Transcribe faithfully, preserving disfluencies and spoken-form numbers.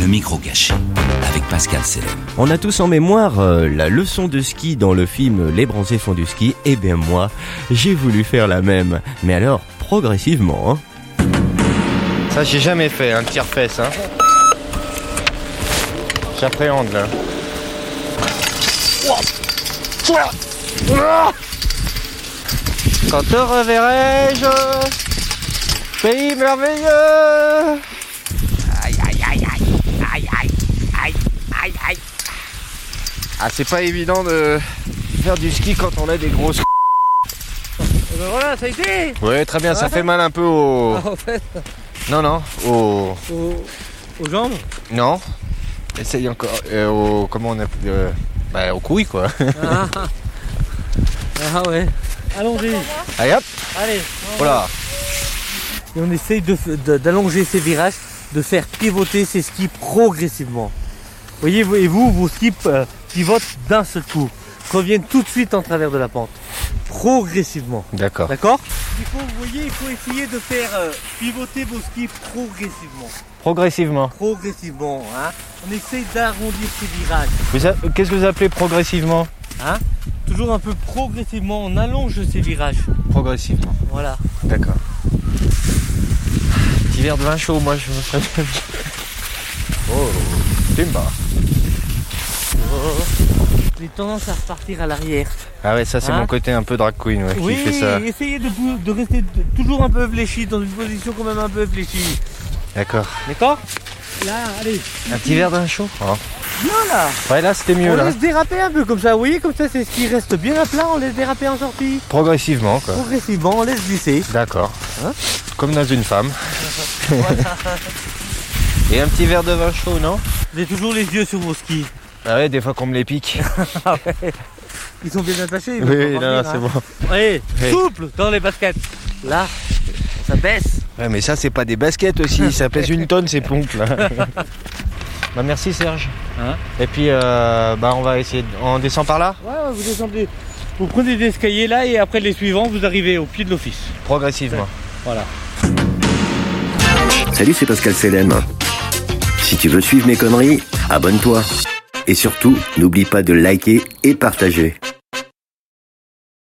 le micro caché avec Pascal Selem. On a tous en mémoire euh, la leçon de ski dans le film Les Bronzés font du ski. Eh bien moi, j'ai voulu faire la même. Mais alors, progressivement. Hein. Ça, j'ai jamais fait, un tire-fesse. Hein. J'appréhende là. Quand te reverrai-je, pays merveilleux. Aïe aïe aïe aïe aïe aïe aïe aïe aïe. Ah, c'est pas évident de faire du ski quand on a des grosses. Ben voilà, ça a été. Ouais, très bien, ça fait mal un peu au. Ah, en fait, Non, non, au. aux, aux jambes. Non. Essaye encore. Euh, au. Comment on appelle euh... Bah, aux couilles quoi. Ah, ah ouais. Allons-y. Allez hop. Allez. Voilà. Et on essaye de, de, d'allonger ces virages, de faire pivoter ces skis progressivement. Vous voyez, et vous, vos skis euh, pivotent d'un seul coup, reviennent tout de suite en travers de la pente, progressivement. D'accord. D'accord. Il faut, vous voyez, il faut essayer de faire euh, pivoter vos skis progressivement. Progressivement. Progressivement, hein. On essaye d'arrondir ces virages. Vous a... Qu'est-ce que vous appelez progressivement? Hein. Toujours un peu progressivement, on allonge ces virages. Progressivement. Voilà. D'accord. Petit verre de vin chaud, moi je me ferais bien. Oh, Timba. J'ai tendance à repartir à l'arrière. Ah ouais, ça c'est Hein mon côté un peu drag queen ouais, Oui, qui fait ça. essayez de, de rester toujours un peu fléchi, dans une position quand même un peu fléchie. D'accord. D'accord. Là, allez. Un petit verre de vin chaud. Oh. Bien là. Ouais, là c'était mieux On là. laisse déraper un peu comme ça, vous voyez, comme ça c'est ce qui reste bien à plat, on laisse déraper en sortie. Progressivement quoi. Progressivement, on laisse glisser. D'accord. Hein. Comme dans une femme. Voilà. Et un petit verre de vin chaud, non? Vous avez toujours les yeux sur vos skis. Ah ouais, des fois qu'on me les pique. Ah ouais. Ils sont bien attachés. Ils Oui, vont non, pas non, revenir, c'est hein. bon. Allez, Oui. souple dans les baskets. Là, ça baisse. Ouais, mais ça c'est pas des baskets aussi, ça pèse une tonne ces pompes là. Bah merci Serge. Hein. Et puis euh, bah on va essayer, de... on descend par là. Ouais, ouais, vous descendez. Vous prenez des escaliers là et après les suivants, vous arrivez au pied de l'office. Progressivement. Voilà. Salut, c'est Pascal Selem. Si tu veux suivre mes conneries, abonne-toi. Et surtout, n'oublie pas de liker et partager.